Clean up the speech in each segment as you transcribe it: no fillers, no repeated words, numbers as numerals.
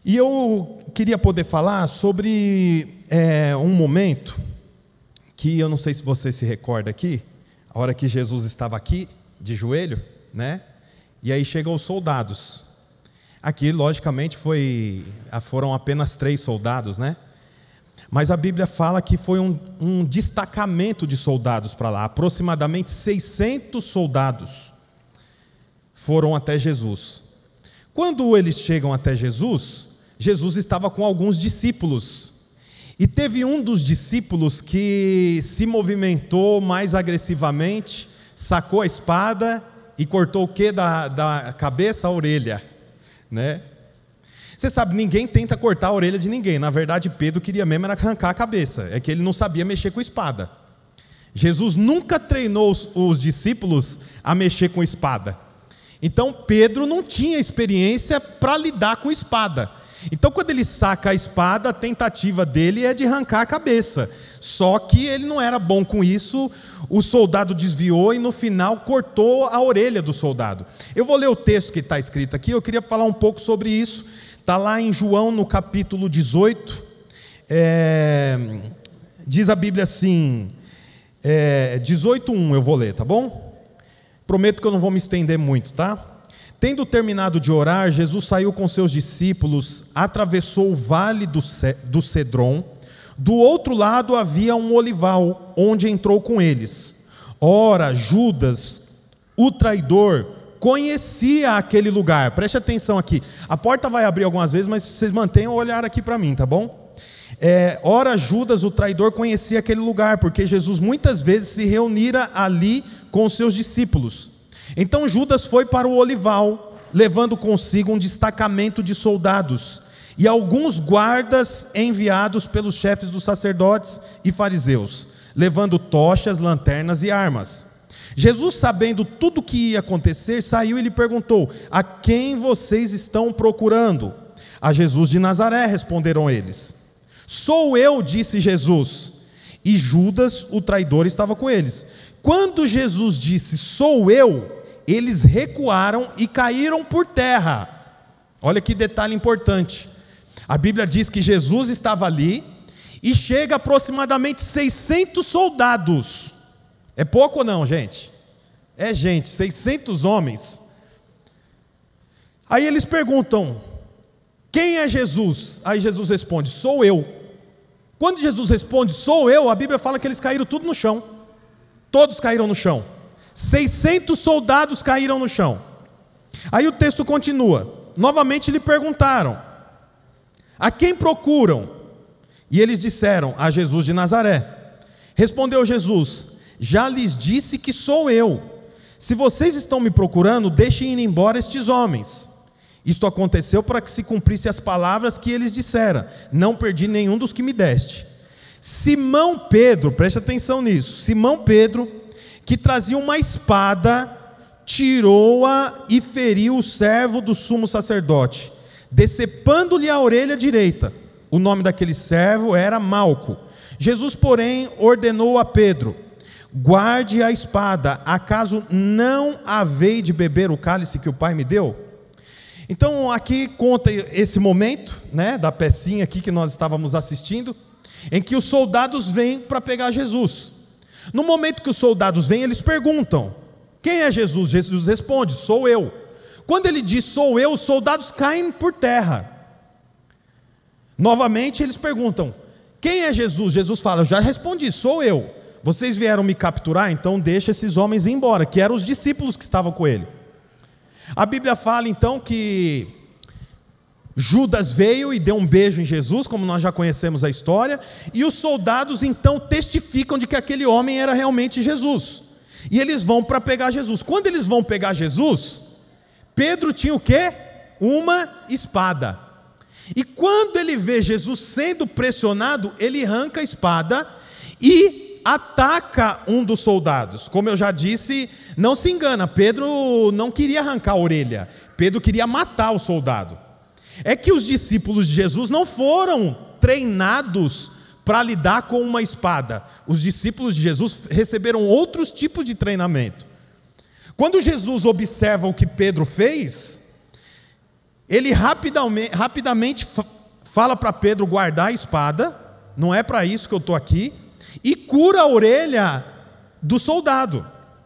E eu queria poder falar sobre um momento que eu não sei se você se recorda aqui, a hora que Jesus estava aqui, de joelho, né? E aí chegam os soldados. Aqui, logicamente, foram apenas 3 soldados, né? Mas a Bíblia fala que foi um destacamento de soldados para lá. Aproximadamente 600 soldados foram até Jesus. Quando eles chegam até Jesus, Jesus estava com alguns discípulos. E teve um dos discípulos que se movimentou mais agressivamente, sacou a espada e cortou o quê da cabeça? A orelha, né? Você sabe, ninguém tenta cortar a orelha de ninguém. Na verdade, Pedro queria mesmo era arrancar a cabeça. É que ele não sabia mexer com espada. Jesus nunca treinou os discípulos a mexer com espada. Então, Pedro não tinha experiência para lidar com espada. Então, quando ele saca a espada, a tentativa dele é de arrancar a cabeça. Só que ele não era bom com isso, o soldado desviou e no final cortou a orelha do soldado. Eu vou ler o texto que está escrito aqui, eu queria falar um pouco sobre isso. Está lá em João, no capítulo 18, diz a Bíblia assim, 18:1 eu vou ler, tá bom? Prometo que eu não vou me estender muito, tá? Tendo terminado de orar, Jesus saiu com seus discípulos, atravessou o vale do Cedron. Do outro lado havia um olival, onde entrou com eles. Ora, Judas, o traidor, conhecia aquele lugar. Preste atenção aqui. A porta vai abrir algumas vezes, mas vocês mantenham o olhar aqui para mim, tá bom? Ora, Judas, o traidor, conhecia aquele lugar, porque Jesus muitas vezes se reunira ali com os seus discípulos. Então Judas foi para o olival, levando consigo um destacamento de soldados e alguns guardas enviados pelos chefes dos sacerdotes e fariseus, levando tochas, lanternas e armas. Jesus, sabendo tudo o que ia acontecer, saiu e lhe perguntou: a quem vocês estão procurando? A Jesus de Nazaré, responderam eles. Sou eu, disse Jesus. E Judas, o traidor, estava com eles. Quando Jesus disse, sou eu, eles recuaram e caíram por terra. Olha que detalhe importante. A Bíblia diz que Jesus estava ali e chega aproximadamente 600 soldados. É pouco ou não, gente? É gente, 600 homens. Aí eles perguntam, quem é Jesus? Aí Jesus responde, sou eu. Quando Jesus responde, sou eu, a Bíblia fala que eles caíram tudo no chão. Todos caíram no chão. 600 soldados caíram no chão. Aí o texto continua. Novamente lhe perguntaram, a quem procuram? E eles disseram, a Jesus de Nazaré. Respondeu Jesus, já lhes disse que sou eu. Se vocês estão me procurando, deixem ir embora estes homens. Isto aconteceu para que se cumprisse as palavras que eles disseram, não perdi nenhum dos que me deste. Simão Pedro, preste atenção nisso, Simão Pedro, que trazia uma espada, tirou-a e feriu o servo do sumo sacerdote, decepando-lhe a orelha direita. O nome daquele servo era Malco. Jesus, porém, ordenou a Pedro, guarde a espada, acaso não havei de beber o cálice que o Pai me deu? Então aqui conta esse momento, né, da pecinha aqui que nós estávamos assistindo, em que os soldados vêm para pegar Jesus. No momento que os soldados vêm, eles perguntam, quem é Jesus? Jesus responde, sou eu. Quando ele diz sou eu, os soldados caem por terra. Novamente eles perguntam, quem é Jesus? Jesus fala, eu já respondi, sou eu. Vocês vieram me capturar, então deixa esses homens ir embora, que eram os discípulos que estavam com ele. A Bíblia fala então que Judas veio e deu um beijo em Jesus, como nós já conhecemos a história, e os soldados então testificam de que aquele homem era realmente Jesus. E eles vão para pegar Jesus. Quando eles vão pegar Jesus, Pedro tinha o quê? Uma espada. E quando ele vê Jesus sendo pressionado, ele arranca a espada e ataca um dos soldados. Como eu já disse, não se engana, Pedro não queria arrancar a orelha, Pedro queria matar o soldado. É que os discípulos de Jesus não foram treinados para lidar com uma espada. Os discípulos de Jesus receberam outros tipos de treinamento. Quando Jesus observa o que Pedro fez, ele rapidamente fala para Pedro guardar a espada, não é para isso que eu estou aqui, e cura a orelha do soldado.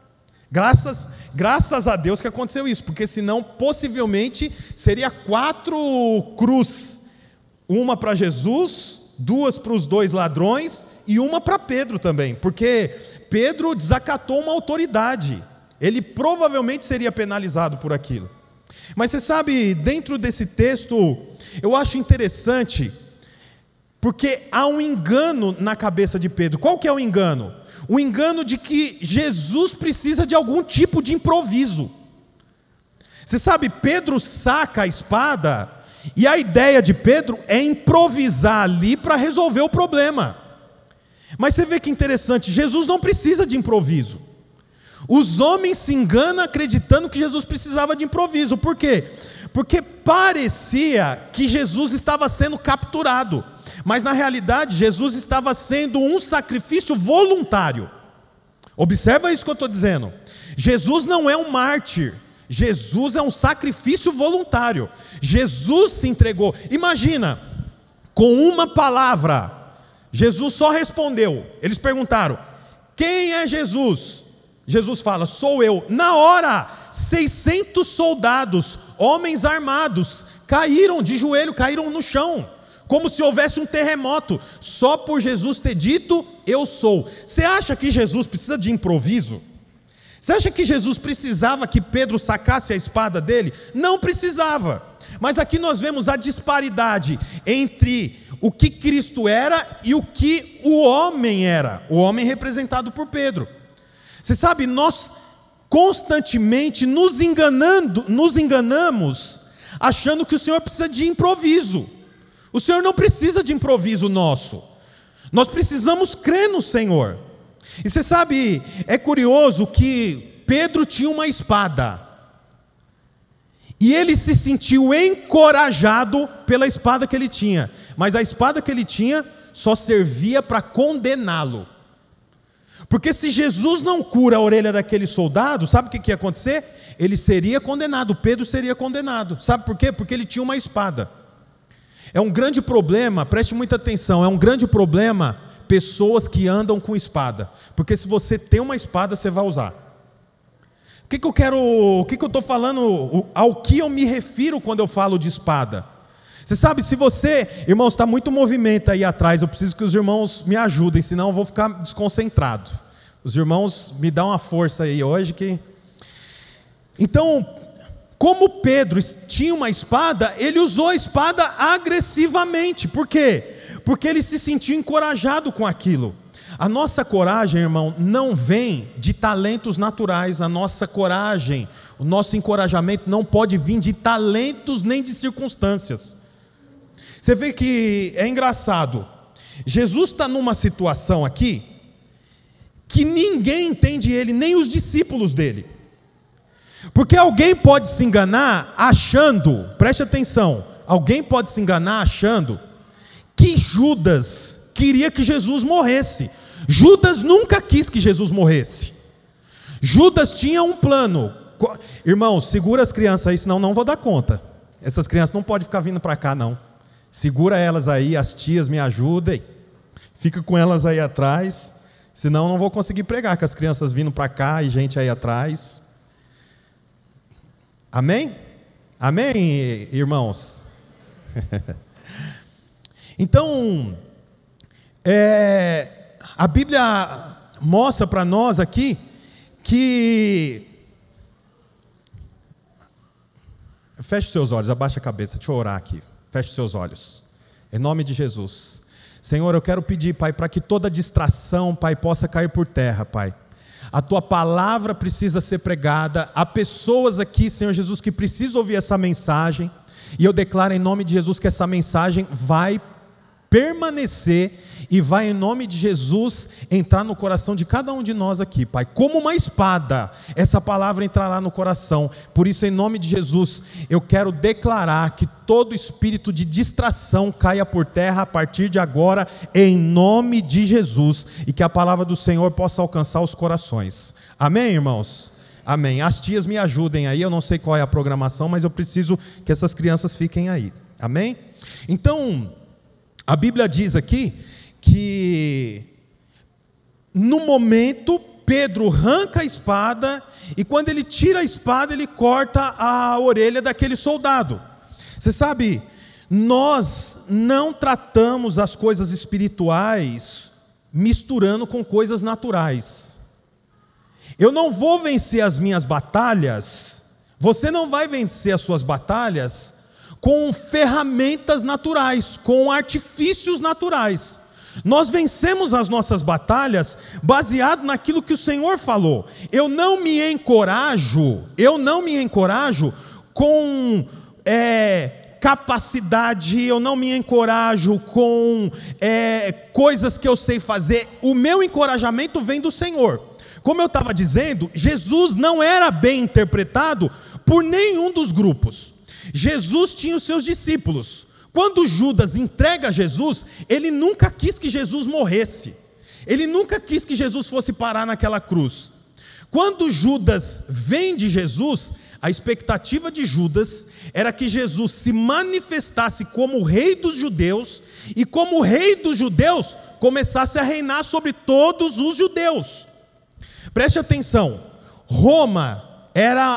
Graças a Deus que aconteceu isso, porque senão possivelmente seria 4 cruz, uma para Jesus, 2 para os 2 ladrões e uma para Pedro também, porque Pedro desacatou uma autoridade, ele provavelmente seria penalizado por aquilo. Mas você sabe, dentro desse texto, eu acho interessante, porque há um engano na cabeça de Pedro. Qual que é o engano? O engano de que Jesus precisa de algum tipo de improviso. Você sabe, Pedro saca a espada, e a ideia de Pedro é improvisar ali para resolver o problema. Mas você vê que interessante, Jesus não precisa de improviso. Os homens se enganam acreditando que Jesus precisava de improviso. Por quê? Porque parecia que Jesus estava sendo capturado, mas na realidade Jesus estava sendo um sacrifício voluntário. Observa isso que eu estou dizendo. Jesus não é um mártir, Jesus é um sacrifício voluntário. Jesus se entregou. Imagina, com uma palavra, Jesus só respondeu. Eles perguntaram: quem é Jesus? Jesus fala: sou eu. Na hora, 600 soldados, homens armados, caíram de joelho, caíram no chão, como se houvesse um terremoto, só por Jesus ter dito: eu sou. Você acha que Jesus precisa de improviso? Você acha que Jesus precisava que Pedro sacasse a espada dele? Não precisava. Mas aqui nós vemos a disparidade entre o que Cristo era e o que o homem era, o homem representado por Pedro. Você sabe, nós constantemente nos enganamos, achando que o Senhor precisa de improviso. O Senhor não precisa de improviso nosso. Nós precisamos crer no Senhor. E você sabe, é curioso que Pedro tinha uma espada, e ele se sentiu encorajado pela espada que ele tinha, mas a espada que ele tinha só servia para condená-lo. Porque se Jesus não cura a orelha daquele soldado, sabe o que ia acontecer? Ele seria condenado, Pedro seria condenado. Sabe por quê? Porque ele tinha uma espada. É um grande problema, preste muita atenção, é um grande problema pessoas que andam com espada. Porque se você tem uma espada, você vai usar. O que eu estou falando, ao que eu me refiro quando eu falo de espada? Você sabe, se você, irmãos, está muito movimento aí atrás, eu preciso que os irmãos me ajudem, senão eu vou ficar desconcentrado. Os irmãos me dão uma força aí hoje que... Então, como Pedro tinha uma espada, ele usou a espada agressivamente. Por quê? Porque ele se sentiu encorajado com aquilo. A nossa coragem, irmão, não vem de talentos naturais. A nossa coragem, o nosso encorajamento não pode vir de talentos nem de circunstâncias. Você vê que é engraçado. Jesus está numa situação aqui que ninguém entende ele, nem os discípulos dele. Porque alguém pode se enganar achando, preste atenção, alguém pode se enganar achando que Judas queria que Jesus morresse. Judas nunca quis que Jesus morresse. Judas tinha um plano. Irmão, segura as crianças aí, senão não vou dar conta. Essas crianças não podem ficar vindo para cá, não. Segura elas aí, as tias me ajudem. Fica com elas aí atrás, senão não vou conseguir pregar com as crianças vindo para cá e gente aí atrás. Amém? Amém, irmãos? Então, a Bíblia mostra para nós aqui que... Feche seus olhos, abaixa a cabeça, deixa eu orar aqui. Feche seus olhos, em nome de Jesus. Senhor, eu quero pedir, Pai, para que toda distração, Pai, possa cair por terra, Pai. A Tua palavra precisa ser pregada. Há pessoas aqui, Senhor Jesus, que precisam ouvir essa mensagem. E eu declaro em nome de Jesus que essa mensagem vai permanecer e vai, em nome de Jesus, entrar no coração de cada um de nós aqui, Pai. Como uma espada, essa palavra entrará no coração. Por isso, em nome de Jesus, eu quero declarar que todo espírito de distração caia por terra a partir de agora, em nome de Jesus, e que a palavra do Senhor possa alcançar os corações. Amém, irmãos? Amém. As tias me ajudem aí, eu não sei qual é a programação, mas eu preciso que essas crianças fiquem aí. Amém? Então, a Bíblia diz aqui que no momento Pedro arranca a espada e quando ele tira a espada, ele corta a orelha daquele soldado. Você sabe, nós não tratamos as coisas espirituais misturando com coisas naturais. Eu não vou vencer as minhas batalhas, você não vai vencer as suas batalhas com ferramentas naturais, com artifícios naturais. Nós vencemos as nossas batalhas baseado naquilo que o Senhor falou. Eu não me encorajo com capacidade, eu não me encorajo com coisas que eu sei fazer. O meu encorajamento vem do Senhor. Como eu estava dizendo, Jesus não era bem interpretado por nenhum dos grupos. Jesus tinha os seus discípulos. Quando Judas entrega Jesus, ele nunca quis que Jesus morresse. Ele nunca quis que Jesus fosse parar naquela cruz. Quando Judas vende Jesus, a expectativa de Judas era que Jesus se manifestasse como o rei dos judeus, e como rei dos judeus, começasse a reinar sobre todos os judeus. Preste atenção, Roma era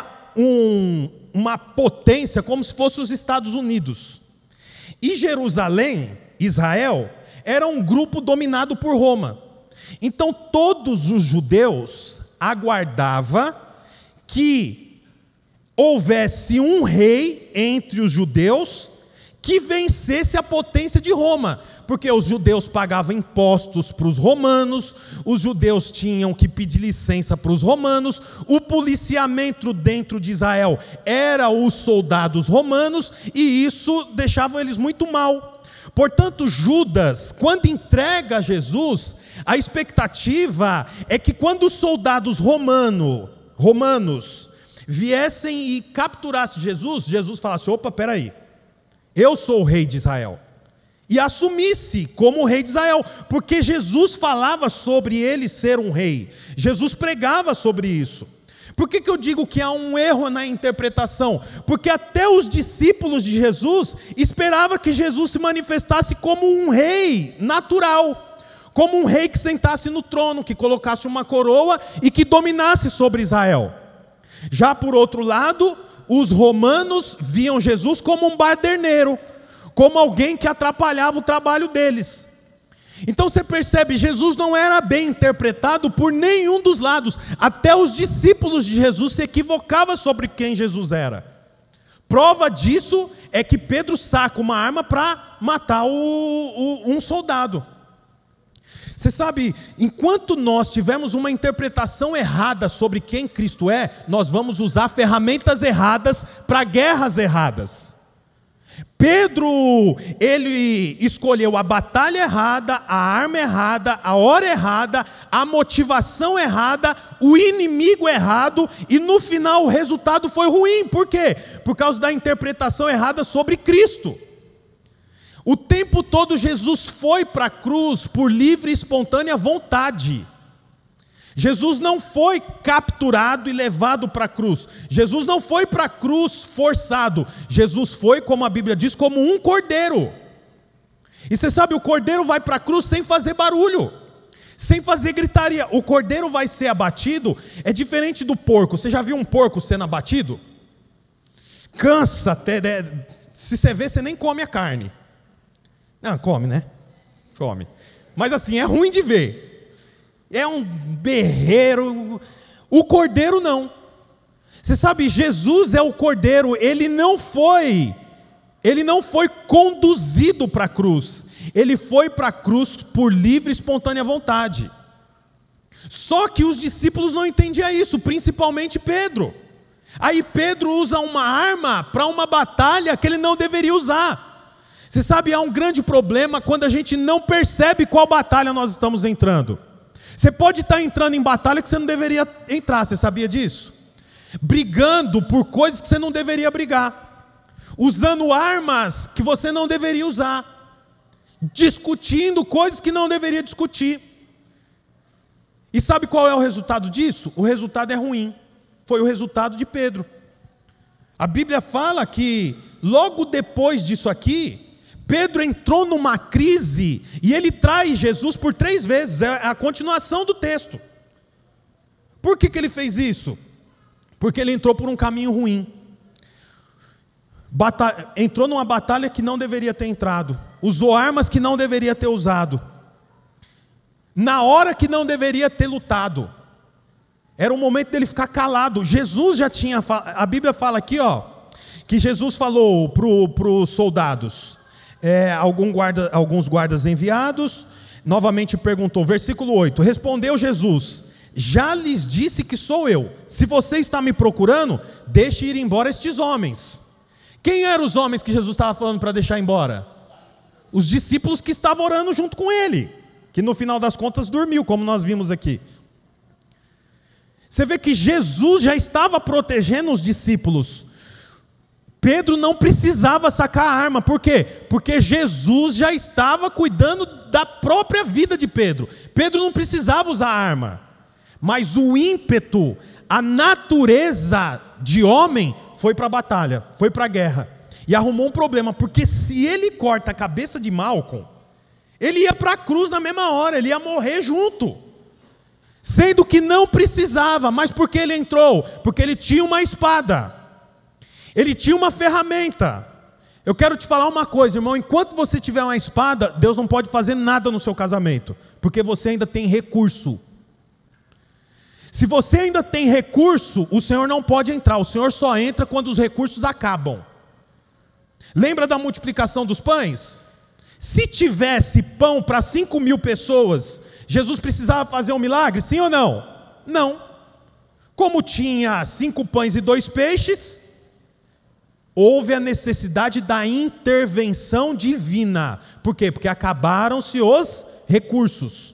uma potência como se fosse os Estados Unidos. E Jerusalém, Israel, era um grupo dominado por Roma. Então todos os judeus aguardavam que houvesse um rei entre os judeus que vencesse a potência de Roma, porque os judeus pagavam impostos para os romanos, os judeus tinham que pedir licença para os romanos, o policiamento dentro de Israel era os soldados romanos, e isso deixava eles muito mal. Portanto, Judas, quando entrega Jesus, a expectativa é que quando os soldados romanos viessem e capturassem Jesus, Jesus falasse: opa, peraí, eu sou o rei de Israel, e assumisse como o rei de Israel, porque Jesus falava sobre ele ser um rei, Jesus pregava sobre isso. Por que eu digo que há um erro na interpretação? Porque até os discípulos de Jesus esperavam que Jesus se manifestasse como um rei natural, como um rei que sentasse no trono, que colocasse uma coroa e que dominasse sobre Israel. Já por outro lado, os romanos viam Jesus como um baderneiro, como alguém que atrapalhava o trabalho deles. Então você percebe, Jesus não era bem interpretado por nenhum dos lados. Até os discípulos de Jesus se equivocavam sobre quem Jesus era. Prova disso é que Pedro saca uma arma para matar um soldado. Você sabe, enquanto nós tivermos uma interpretação errada sobre quem Cristo é, nós vamos usar ferramentas erradas para guerras erradas. Pedro, ele escolheu a batalha errada, a arma errada, a hora errada, a motivação errada, o inimigo errado, e no final o resultado foi ruim. Por quê? Por causa da interpretação errada sobre Cristo. O tempo todo Jesus foi para a cruz por livre e espontânea vontade. Jesus não foi capturado e levado para a cruz. Jesus não foi para a cruz forçado. Jesus foi, como a Bíblia diz, como um cordeiro. E você sabe, o cordeiro vai para a cruz sem fazer barulho, sem fazer gritaria. O cordeiro vai ser abatido, é diferente do porco. Você já viu um porco sendo abatido? Cansa até, se você vê, você nem come a carne. Não, come, né? Come. Mas assim, é ruim de ver. É um berreiro. O cordeiro não. Você sabe, Jesus é o cordeiro. Ele não foi conduzido para a cruz. Ele foi para a cruz por livre e espontânea vontade. Só que os discípulos não entendiam isso, principalmente Pedro. Aí Pedro usa uma arma para uma batalha que ele não deveria usar. Você sabe, há um grande problema quando a gente não percebe qual batalha nós estamos entrando. Você pode estar entrando em batalha que você não deveria entrar, você sabia disso? Brigando por coisas que você não deveria brigar, usando armas que você não deveria usar, discutindo coisas que não deveria discutir. E sabe qual é o resultado disso? O resultado é ruim. Foi o resultado de Pedro. A Bíblia fala que logo depois disso aqui, Pedro entrou numa crise e ele trai Jesus por 3 vezes, é a continuação do texto. Por que ele fez isso? Porque ele entrou por um caminho ruim. Entrou numa batalha que não deveria ter entrado, usou armas que não deveria ter usado, na hora que não deveria ter lutado. Era o momento dele ficar calado. Jesus já tinha, a Bíblia fala aqui, que Jesus falou para os soldados, alguns guardas enviados, novamente perguntou, versículo 8, respondeu Jesus, já lhes disse que sou eu, se você está me procurando, deixe ir embora estes homens. Quem eram os homens que Jesus estava falando para deixar embora? Os discípulos que estavam orando junto com ele, que no final das contas dormiu, como nós vimos aqui. Você vê que Jesus já estava protegendo os discípulos. Pedro não precisava sacar a arma, por quê? Porque Jesus já estava cuidando da própria vida de Pedro. Pedro não precisava usar a arma, mas o ímpeto, a natureza de homem foi para a batalha, foi para a guerra, e arrumou um problema, porque se ele corta a cabeça de Malcolm, ele ia para a cruz na mesma hora, ele ia morrer junto, sendo que não precisava. Mas por que ele entrou? Porque ele tinha uma espada, ele tinha uma ferramenta. Eu quero te falar uma coisa, irmão, enquanto você tiver uma espada, Deus não pode fazer nada no seu casamento, porque você ainda tem recurso. Se você ainda tem recurso, o Senhor não pode entrar, o Senhor só entra quando os recursos acabam. Lembra da multiplicação dos pães? Se tivesse pão para 5.000 pessoas, Jesus precisava fazer um milagre, sim ou não? Não. Como tinha 5 pães e 2 peixes, houve a necessidade da intervenção divina. Por quê? Porque acabaram-se os recursos.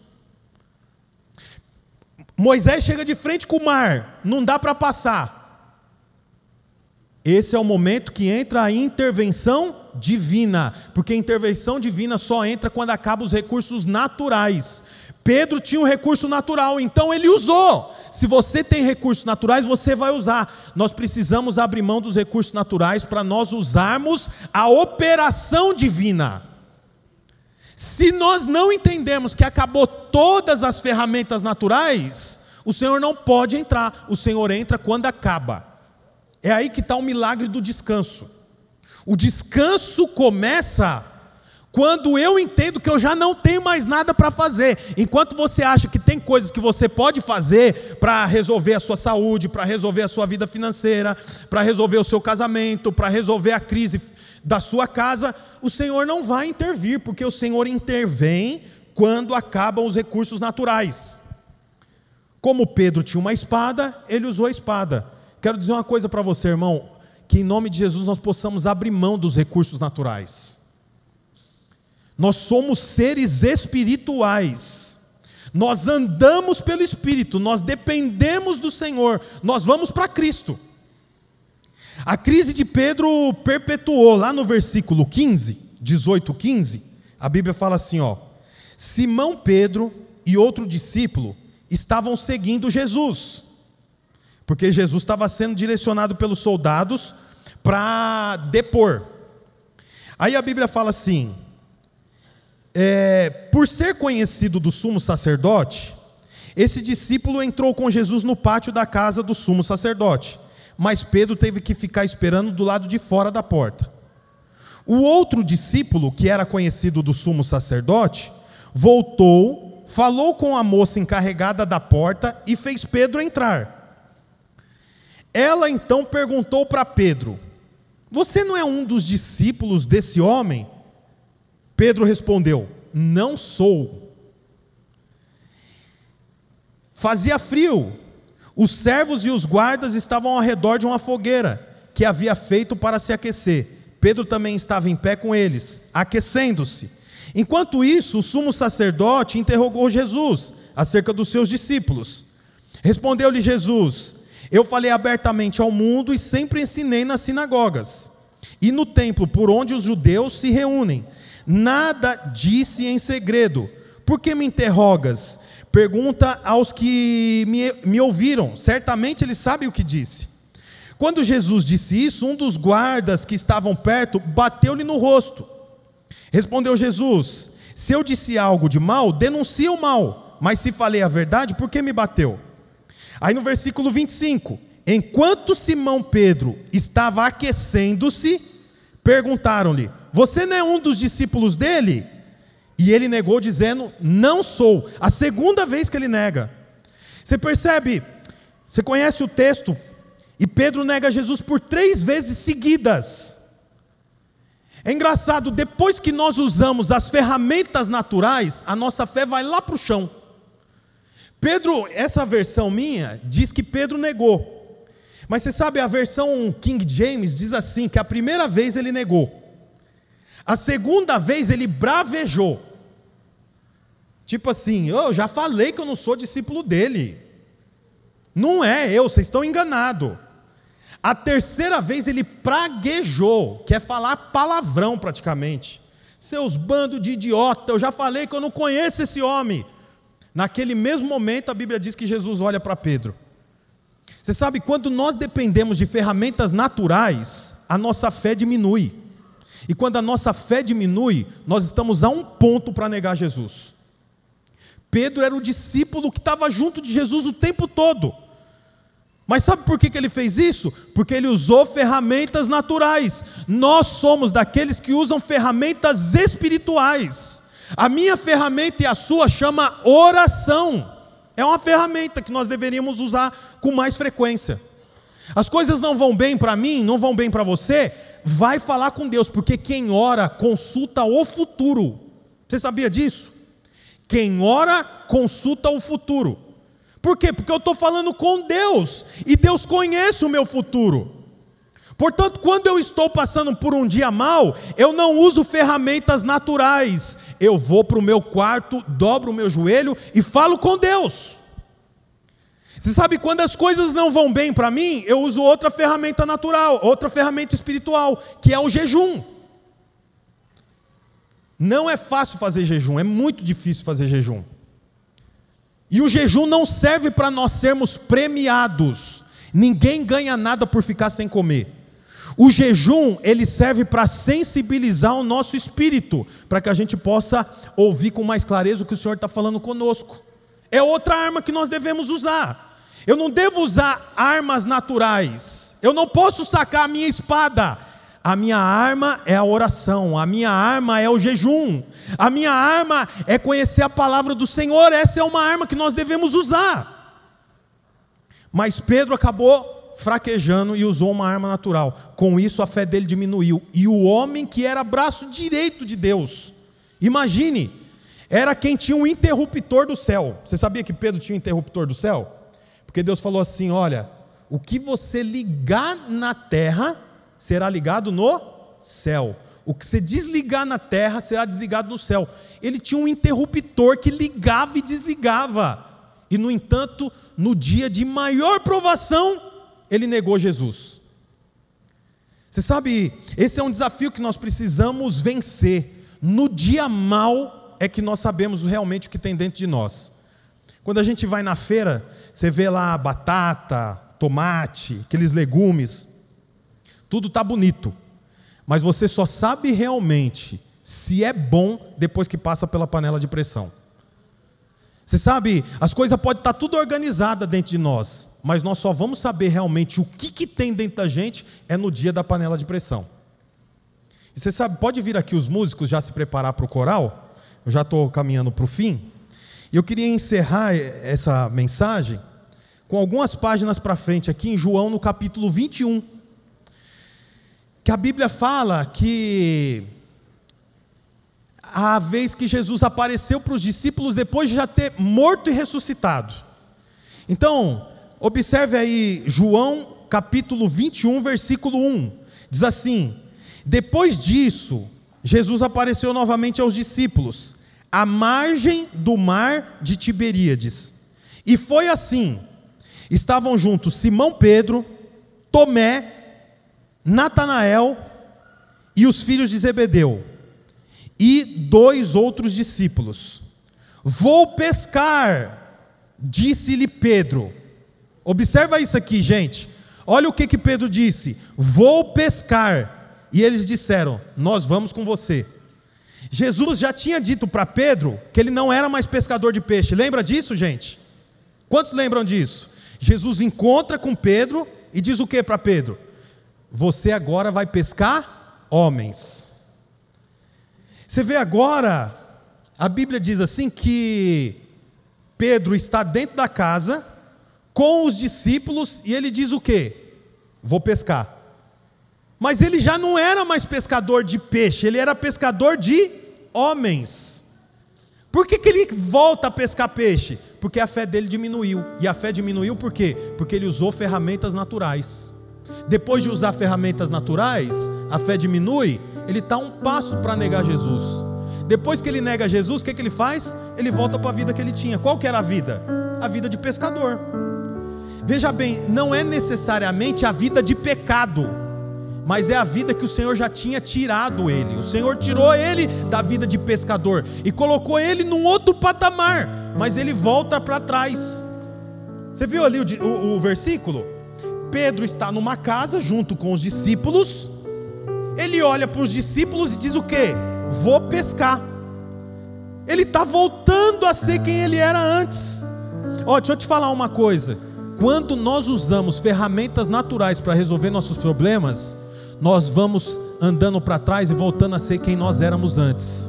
Moisés chega de frente com o mar, não dá para passar. Esse é o momento que entra a intervenção divina, porque a intervenção divina só entra quando acabam os recursos naturais. Pedro tinha um recurso natural, então ele usou. Se você tem recursos naturais, você vai usar. Nós precisamos abrir mão dos recursos naturais para nós usarmos a operação divina. Se nós não entendemos que acabou todas as ferramentas naturais, o Senhor não pode entrar. O Senhor entra quando acaba. É aí que está o milagre do descanso. O descanso começa quando eu entendo que eu já não tenho mais nada para fazer. Enquanto você acha que tem coisas que você pode fazer para resolver a sua saúde, para resolver a sua vida financeira, para resolver o seu casamento, para resolver a crise da sua casa, o Senhor não vai intervir, porque o Senhor intervém quando acabam os recursos naturais. Como Pedro tinha uma espada, ele usou a espada. Quero dizer uma coisa para você, irmão, que em nome de Jesus nós possamos abrir mão dos recursos naturais. Nós somos seres espirituais, nós andamos pelo Espírito, nós dependemos do Senhor, nós vamos para Cristo. A crise de Pedro perpetuou, lá no versículo 15, 18, 15, a Bíblia fala assim, Simão Pedro e outro discípulo estavam seguindo Jesus, porque Jesus estava sendo direcionado pelos soldados para depor. Aí a Bíblia fala assim, por ser conhecido do sumo sacerdote, esse discípulo entrou com Jesus no pátio da casa do sumo sacerdote, mas Pedro teve que ficar esperando do lado de fora da porta. O outro discípulo, que era conhecido do sumo sacerdote, voltou, falou com a moça encarregada da porta e fez Pedro entrar. Ela então perguntou para Pedro, você não é um dos discípulos desse homem? Pedro respondeu, não sou. Fazia frio, os servos e os guardas estavam ao redor de uma fogueira, que havia feito para se aquecer. Pedro também estava em pé com eles, aquecendo-se. Enquanto isso, o sumo sacerdote interrogou Jesus, acerca dos seus discípulos. Respondeu-lhe Jesus, eu falei abertamente ao mundo e sempre ensinei nas sinagogas, e no templo por onde os judeus se reúnem. Nada disse em segredo. Por que me interrogas? Pergunta aos que me ouviram, certamente eles sabem o que disse. Quando Jesus disse isso, um dos guardas que estavam perto bateu-lhe no rosto. Respondeu Jesus: se eu disse algo de mal, denuncia o mal, mas se falei a verdade, por que me bateu? Aí no versículo 25, enquanto Simão Pedro estava aquecendo-se, perguntaram-lhe: você não é um dos discípulos dele? E ele negou dizendo: não sou. A segunda vez que ele nega. Você percebe, você conhece o texto, e Pedro nega Jesus por 3 vezes seguidas. É engraçado, depois que nós usamos as ferramentas naturais, a nossa fé vai lá para o chão. Pedro, essa versão minha, diz que Pedro negou. Mas você sabe, a versão King James diz assim, que a primeira vez ele negou. A segunda vez ele bravejou. Tipo assim, eu já falei que eu não sou discípulo dele. Não é eu, vocês estão enganados. A terceira vez ele praguejou, que é falar palavrão praticamente. Seus bandos de idiota, eu já falei que eu não conheço esse homem. Naquele mesmo momento a Bíblia diz que Jesus olha para Pedro. Você sabe, quando nós dependemos de ferramentas naturais, a nossa fé diminui. E quando a nossa fé diminui, nós estamos a um ponto para negar Jesus. Pedro era o discípulo que estava junto de Jesus o tempo todo. Mas sabe por que ele fez isso? Porque ele usou ferramentas naturais. Nós somos daqueles que usam ferramentas espirituais. A minha ferramenta e a sua chama oração. É uma ferramenta que nós deveríamos usar com mais frequência. As coisas não vão bem para mim, não vão bem para você, vai falar com Deus, porque quem ora consulta o futuro. Você sabia disso? Quem ora consulta o futuro. Por quê? Porque eu estou falando com Deus, e Deus conhece o meu futuro. Portanto, quando eu estou passando por um dia mau, eu não uso ferramentas naturais. Eu vou para o meu quarto, dobro o meu joelho e falo com Deus. Você sabe, quando as coisas não vão bem para mim, eu uso outra ferramenta natural, outra ferramenta espiritual, que é o jejum. Não é fácil fazer jejum, é muito difícil fazer jejum. E o jejum não serve para nós sermos premiados. Ninguém ganha nada por ficar sem comer. O jejum, ele serve para sensibilizar o nosso espírito, para que a gente possa ouvir com mais clareza o que o Senhor está falando conosco. É outra arma que nós devemos usar. Eu não devo usar armas naturais. Eu não posso sacar a minha espada. A minha arma é a oração. A minha arma é o jejum. A minha arma é conhecer a palavra do Senhor. Essa é uma arma que nós devemos usar. Mas Pedro acabou fraquejando e usou uma arma natural. Com isso a fé dele diminuiu. E o homem que era braço direito de Deus, imagine, era quem tinha um interruptor do céu. Você sabia que Pedro tinha um interruptor do céu? Porque Deus falou assim: olha, o que você ligar na terra será ligado no céu. O que você desligar na terra será desligado no céu. Ele tinha um interruptor que ligava e desligava. E no entanto, no dia de maior provação, ele negou Jesus. Você sabe, esse é um desafio que nós precisamos vencer. No dia mau é que nós sabemos realmente o que tem dentro de nós. Quando a gente vai na feira, você vê lá batata, tomate, aqueles legumes, tudo está bonito, mas você só sabe realmente se é bom depois que passa pela panela de pressão. Você sabe, as coisas podem estar tudo organizadas dentro de nós, mas nós só vamos saber realmente o que tem dentro da gente é no dia da panela de pressão. E você sabe, pode vir aqui os músicos já se preparar para o coral, eu já estou caminhando para o fim. E eu queria encerrar essa mensagem com algumas páginas para frente, aqui em João, no capítulo 21. Que a Bíblia fala que a vez que Jesus apareceu para os discípulos depois de já ter morto e ressuscitado. Então, observe aí João capítulo 21, versículo 1. Diz assim: depois disso, Jesus apareceu novamente aos discípulos, à margem do mar de Tiberíades. E foi assim: estavam juntos Simão Pedro, Tomé, Natanael e os filhos de Zebedeu, e 2 outros discípulos. Vou pescar, disse-lhe Pedro. Observa isso aqui, gente. Olha o que Pedro disse: vou pescar. E eles disseram: nós vamos com você. Jesus já tinha dito para Pedro que ele não era mais pescador de peixe. Lembra disso, gente? Quantos lembram disso? Jesus encontra com Pedro e diz o que para Pedro? Você agora vai pescar homens. Você vê agora, a Bíblia diz assim que Pedro está dentro da casa com os discípulos e ele diz o quê? Vou pescar. Mas ele já não era mais pescador de peixe, ele era pescador de homens. Por que ele volta a pescar peixe? Porque a fé dele diminuiu. E a fé diminuiu por quê? Porque ele usou ferramentas naturais. Depois de usar ferramentas naturais, a fé diminui, ele está um passo para negar Jesus. Depois que ele nega Jesus, o que ele faz? Ele volta para a vida que ele tinha. Qual que era a vida? A vida de pescador. Veja bem, não é necessariamente a vida de pecado, mas é a vida que o Senhor já tinha tirado ele. O Senhor tirou ele da vida de pescador e colocou ele num outro patamar, mas ele volta para trás. Você viu ali o versículo? Pedro está numa casa junto com os discípulos. Ele olha para os discípulos e diz o quê? Vou pescar. Ele está voltando a ser quem ele era antes. Deixa eu te falar uma coisa. Quando nós usamos ferramentas naturais para resolver nossos problemas, nós vamos andando para trás e voltando a ser quem nós éramos antes.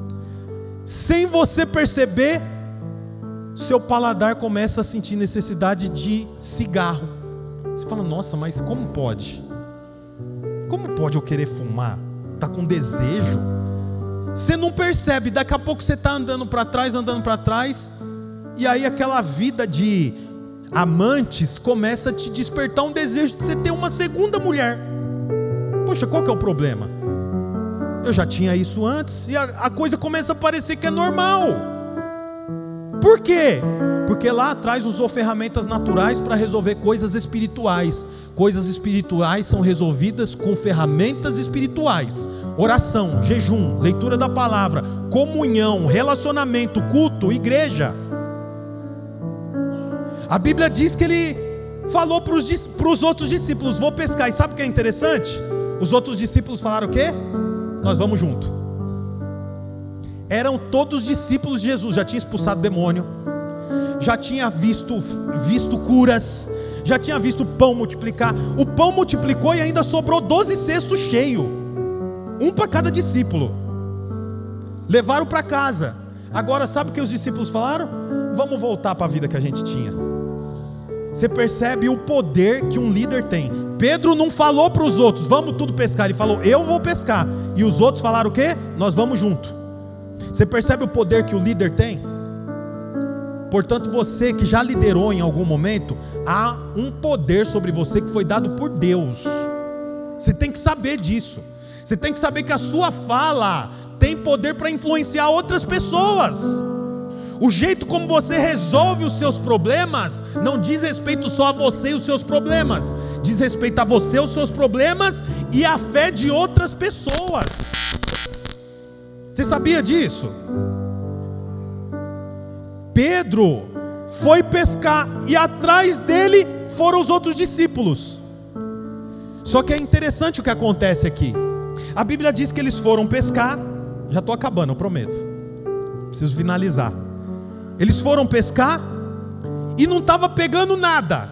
Sem você perceber, seu paladar começa a sentir necessidade de cigarro. Você fala: nossa, mas como pode? Como pode eu querer fumar? Está com desejo? Você não percebe, daqui a pouco você está andando para trás, e aí aquela vida de amantes começa a te despertar um desejo de você ter uma segunda mulher. Poxa, qual que é o problema? Eu já tinha isso antes, e a coisa começa a parecer que é normal. Por quê? Porque lá atrás usou ferramentas naturais para resolver coisas espirituais. Coisas espirituais são resolvidas com ferramentas espirituais: oração, jejum, leitura da palavra, comunhão, relacionamento, culto, igreja. A Bíblia diz que ele falou para os outros discípulos: vou pescar. E sabe o que é interessante? Os outros discípulos falaram o quê? Nós vamos junto. Eram todos discípulos de Jesus. Já tinha expulsado demônio, já tinha visto curas, já tinha visto o pão multiplicar. O pão multiplicou e ainda sobrou 12 cestos cheios, um para cada discípulo. Levaram para casa. Agora sabe o que os discípulos falaram? Vamos voltar para a vida que a gente tinha. Você percebe o poder que um líder tem. Pedro não falou para os outros: vamos tudo pescar. Ele falou: eu vou pescar. E os outros falaram o quê? Nós vamos junto. Você percebe o poder que o líder tem? Portanto, você que já liderou em algum momento, há um poder sobre você que foi dado por Deus. Você tem que saber disso. Você tem que saber que a sua fala tem poder para influenciar outras pessoas. O jeito como você resolve os seus problemas não diz respeito só a você e os seus problemas, diz respeito a você, os seus problemas e a fé de outras pessoas. Você sabia disso? Pedro foi pescar e atrás dele foram os outros discípulos. Só que é interessante o que acontece aqui. A Bíblia diz que eles foram pescar. Já estou acabando, eu prometo. Preciso finalizar. Eles foram pescar e não estava pegando nada.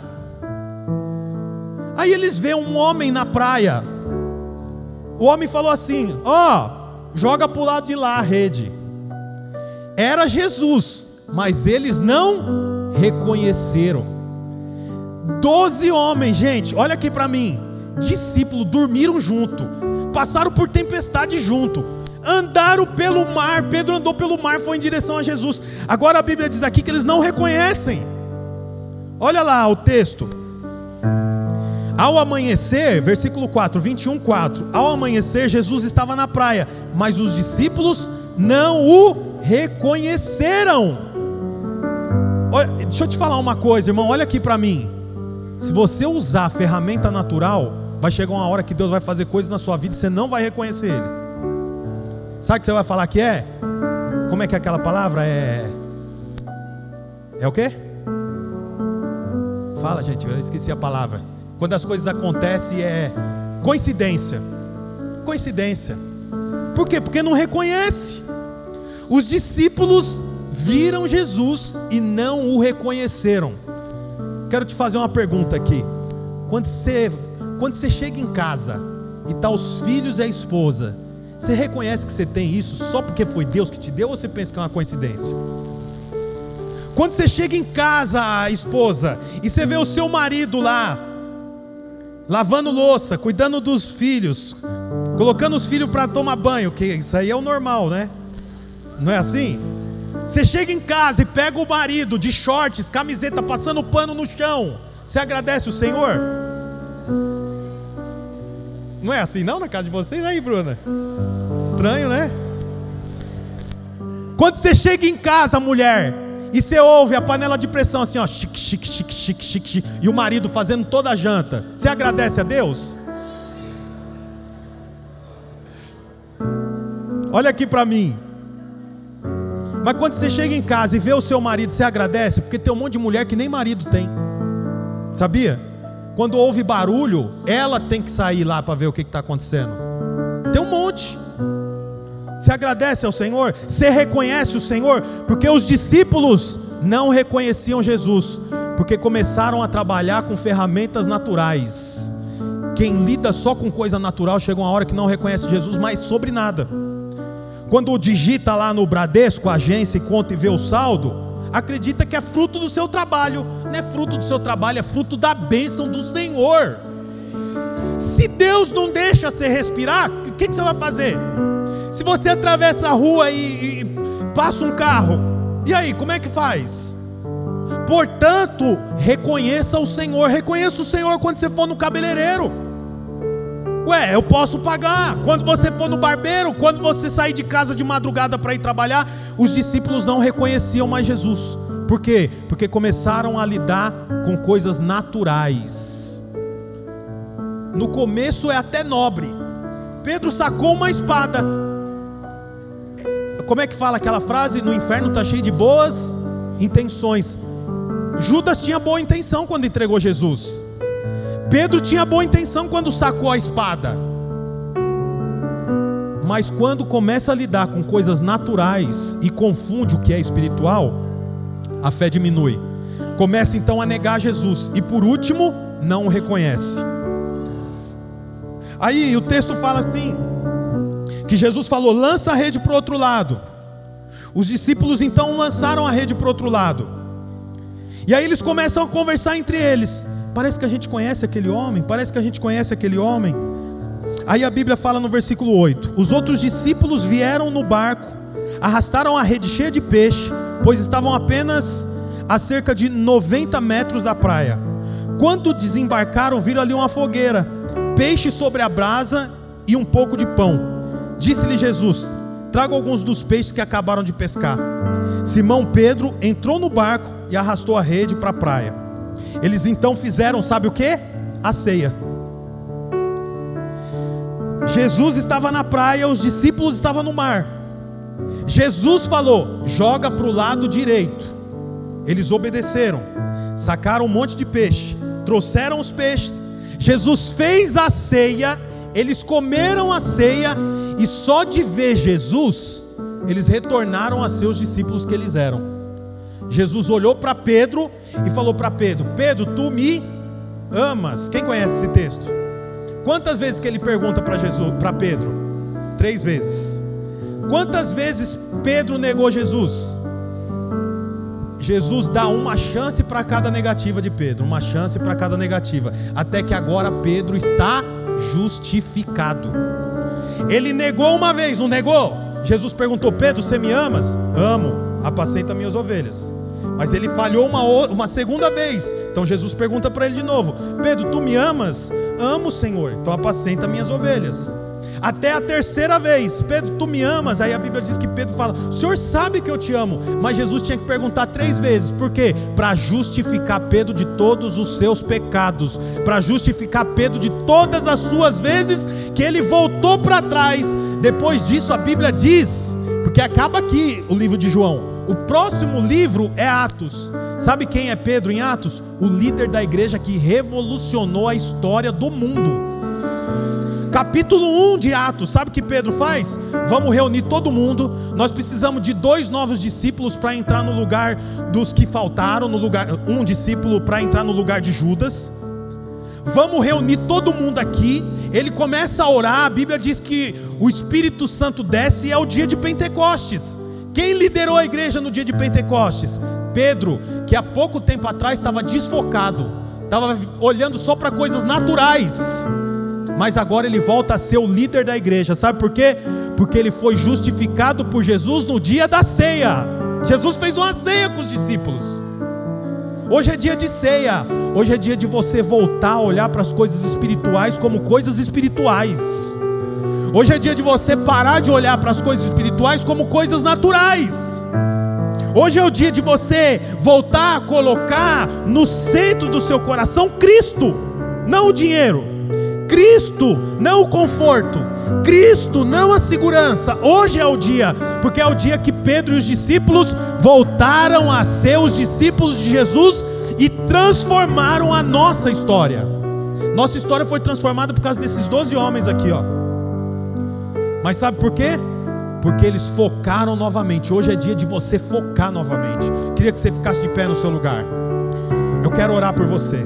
Aí eles veem um homem na praia. O homem falou assim: joga para o lado de lá a rede. Era Jesus, mas eles não reconheceram. 12 homens, gente, olha aqui para mim. Discípulos, dormiram junto, passaram por tempestade junto, andaram pelo mar. Pedro andou pelo mar, foi em direção a Jesus. Agora a Bíblia diz aqui que eles não reconhecem. Olha lá o texto. Ao amanhecer, versículo 4, 21:4. Ao amanhecer, Jesus estava na praia, mas os discípulos não o reconheceram. Olha, deixa eu te falar uma coisa, irmão, olha aqui para mim. Se você usar a ferramenta natural, vai chegar uma hora que Deus vai fazer coisas na sua vida e você não vai reconhecer Ele. Sabe o que você vai falar que é? Como é que é aquela palavra? É o quê? Fala, gente, eu esqueci a palavra. Quando as coisas acontecem é coincidência. Coincidência. Por quê? Porque não reconhece. Os discípulos viram Jesus e não o reconheceram. Quero te fazer uma pergunta aqui. Quando você chega em casa e tá os filhos e a esposa, você reconhece que você tem isso só porque foi Deus que te deu, ou você pensa que é uma coincidência? Quando você chega em casa, esposa, e você vê o seu marido lá lavando louça, cuidando dos filhos, colocando os filhos para tomar banho, que isso aí é o normal, né? Não é assim? Você chega em casa e pega o marido de shorts, camiseta, passando pano no chão, você agradece o Senhor? Não é assim não na casa de vocês aí, Bruna? Estranho, né? Quando você chega em casa, mulher, e você ouve a panela de pressão assim, ó, chique, chique, chique, chique, chique, chique, e o marido fazendo toda a janta, você agradece a Deus? Olha aqui para mim. Mas quando você chega em casa e vê o seu marido, você agradece? Porque tem um monte de mulher que nem marido tem. Sabia? Quando ouve barulho, ela tem que sair lá para ver o que está acontecendo. Tem um monte. Você agradece ao Senhor? Você reconhece o Senhor? Porque os discípulos não reconheciam Jesus, porque começaram a trabalhar com ferramentas naturais. Quem lida só com coisa natural, chega uma hora que não reconhece Jesus mais sobre nada. Quando digita lá no Bradesco, a agência, e conta e vê o saldo, acredita que é fruto do seu trabalho. Não é fruto do seu trabalho, é fruto da bênção do Senhor. Se Deus não deixa você respirar, o que você vai fazer? Se você atravessa a rua e passa um carro, e aí, como é que faz? Portanto, reconheça o Senhor. Reconheça o Senhor quando você for no cabeleireiro. Ué, eu posso pagar. Quando você for no barbeiro, quando você sair de casa de madrugada para ir trabalhar. Os discípulos não reconheciam mais Jesus. Por quê? Porque começaram a lidar com coisas naturais. No começo é até nobre. Pedro sacou uma espada. Como é que fala aquela frase? No inferno está cheio de boas intenções. Judas tinha boa intenção quando entregou Jesus. Pedro tinha boa intenção quando sacou a espada. Mas quando começa a lidar com coisas naturais e confunde o que é espiritual, a fé diminui. Começa então a negar Jesus. E por último, não o reconhece. Aí o texto fala assim, que Jesus falou, lança a rede para o outro lado. Os discípulos então lançaram a rede para o outro lado. E aí eles começam a conversar entre eles. Parece que a gente conhece aquele homem, parece que a gente conhece aquele homem. Aí a Bíblia fala no versículo 8: os outros discípulos vieram no barco, arrastaram a rede cheia de peixe, pois estavam apenas a cerca de 90 metros da praia. Quando desembarcaram, viram ali uma fogueira, peixe sobre a brasa e um pouco de pão. Disse-lhe Jesus: traga alguns dos peixes que acabaram de pescar. Simão Pedro entrou no barco e arrastou a rede para a praia. Eles então fizeram, sabe o que? A ceia. Jesus estava na praia, os discípulos estavam no mar. Jesus falou: joga para o lado direito. Eles obedeceram, sacaram um monte de peixe, trouxeram os peixes. Jesus fez a ceia, eles comeram a ceia, e só de ver Jesus, eles retornaram a ser os discípulos que eles eram. Jesus olhou para Pedro e falou para Pedro: Pedro, tu me amas? Quem conhece esse texto? Quantas vezes que ele pergunta para Pedro? 3 vezes. Quantas vezes Pedro negou Jesus? Jesus dá uma chance para cada negativa de Pedro, uma chance para cada negativa, até que agora Pedro está justificado. Ele negou uma vez, não negou? Jesus perguntou: Pedro, você me amas? Amo, apacenta minhas ovelhas. Mas ele falhou uma segunda vez. Então Jesus pergunta para ele de novo: Pedro, tu me amas? Amo, Senhor, então apacenta minhas ovelhas. Até a terceira vez: Pedro, tu me amas? Aí a Bíblia diz que Pedro fala: o Senhor sabe que eu te amo. Mas Jesus tinha que perguntar 3 vezes. Por quê? Para justificar Pedro de todos os seus pecados, para justificar Pedro de todas as suas vezes que ele voltou para trás. Depois disso a Bíblia diz, Porque acaba aqui o livro de João. O próximo livro é Atos. Sabe quem é Pedro em Atos? O líder da igreja que revolucionou a história do mundo. Capítulo 1 de Atos, sabe o que Pedro faz? Vamos reunir todo mundo. Nós precisamos de 2 novos discípulos para entrar no lugar dos que faltaram, um discípulo para entrar no lugar de Judas. Vamos reunir todo mundo aqui. Ele começa a orar. A Bíblia diz que o Espírito Santo desce e é o dia de Pentecostes. Quem liderou a igreja no dia de Pentecostes? Pedro, que há pouco tempo atrás estava desfocado, estava olhando só para coisas naturais, mas agora ele volta a ser o líder da igreja. Sabe por quê? Porque ele foi justificado por Jesus no dia da ceia. Jesus fez uma ceia com os discípulos. Hoje é dia de ceia. Hoje é dia de você voltar a olhar para as coisas espirituais como coisas espirituais. Hoje é dia de você parar de olhar para as coisas espirituais como coisas naturais. Hoje é o dia de você voltar a colocar no centro do seu coração Cristo, não o dinheiro. Cristo, não o conforto. Cristo, não a segurança. Hoje é o dia, porque é o dia que Pedro e os discípulos voltaram a ser os discípulos de Jesus e transformaram a nossa história. Nossa história foi transformada por causa desses 12 homens aqui, ó. Mas sabe por quê? Porque eles focaram novamente. Hoje é dia de você focar novamente. Queria que você ficasse de pé no seu lugar. Eu quero orar por você.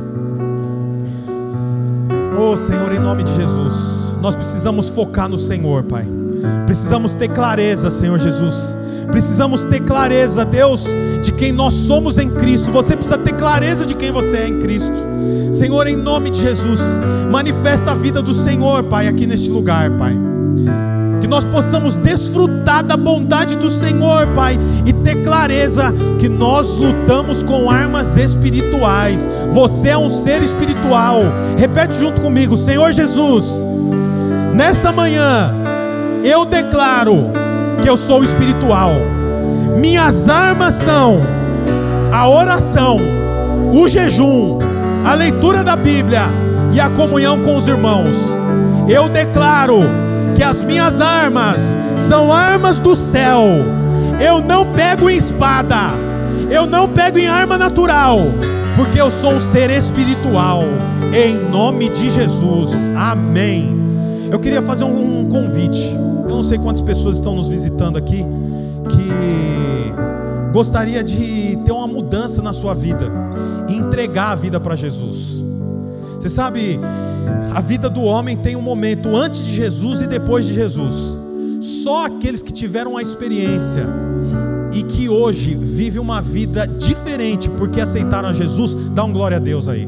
Oh Senhor, em nome de Jesus, nós precisamos focar no Senhor, Pai. Precisamos ter clareza, Senhor Jesus. Precisamos ter clareza, Deus, de quem nós somos em Cristo. Você precisa ter clareza de quem você é em Cristo. Senhor, em nome de Jesus, manifesta a vida do Senhor, Pai, aqui neste lugar, Pai. Que nós possamos desfrutar da bondade do Senhor, Pai, e ter clareza que nós lutamos com armas espirituais. Você é um ser espiritual. Repete junto comigo: Senhor Jesus, nessa manhã eu declaro que eu sou espiritual. Minhas armas são a oração, o jejum, a leitura da Bíblia e a comunhão com os irmãos. Eu declaro que as minhas armas são armas do céu. Eu não pego em espada, eu não pego em arma natural, porque eu sou um ser espiritual, em nome de Jesus, amém. Eu queria fazer um convite. Eu não sei quantas pessoas estão nos visitando aqui que gostaria de ter uma mudança na sua vida e entregar a vida para Jesus. Você sabe, a vida do homem tem um momento antes de Jesus e depois de Jesus. Só aqueles que tiveram uma experiência e que hoje vivem uma vida diferente porque aceitaram a Jesus, dá um glória a Deus aí.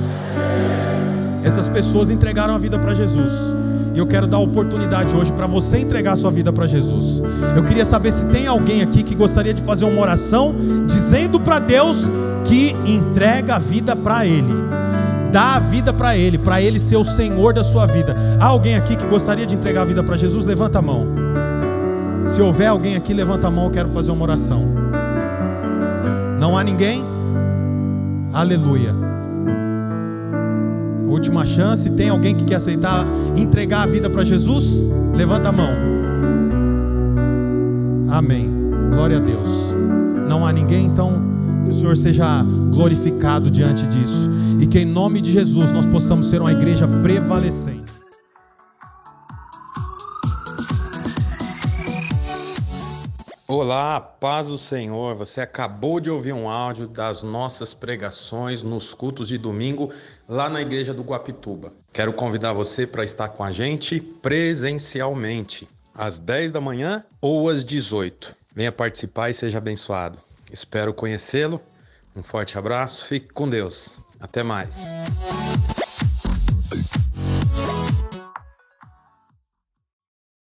Essas pessoas entregaram a vida para Jesus. E eu quero dar a oportunidade hoje para você entregar a sua vida para Jesus. Eu queria saber se tem alguém aqui que gostaria de fazer uma oração dizendo para Deus que entrega a vida para Ele. Dá a vida para Ele ser o Senhor da sua vida. Há alguém aqui que gostaria de entregar a vida para Jesus? Levanta a mão. Se houver alguém aqui, levanta a mão, eu quero fazer uma oração. Não há ninguém? Aleluia. Última chance. Tem alguém que quer aceitar, entregar a vida para Jesus? Levanta a mão. Amém. Glória a Deus. Não há ninguém, então que o Senhor seja glorificado diante disso, e que em nome de Jesus nós possamos ser uma igreja prevalecente. Olá, paz do Senhor. Você acabou de ouvir um áudio das nossas pregações nos cultos de domingo lá na igreja do Guapituba. Quero convidar você para estar com a gente presencialmente às 10 da manhã ou às 18. Venha participar e seja abençoado. Espero conhecê-lo. Um forte abraço, fique com Deus. Até mais.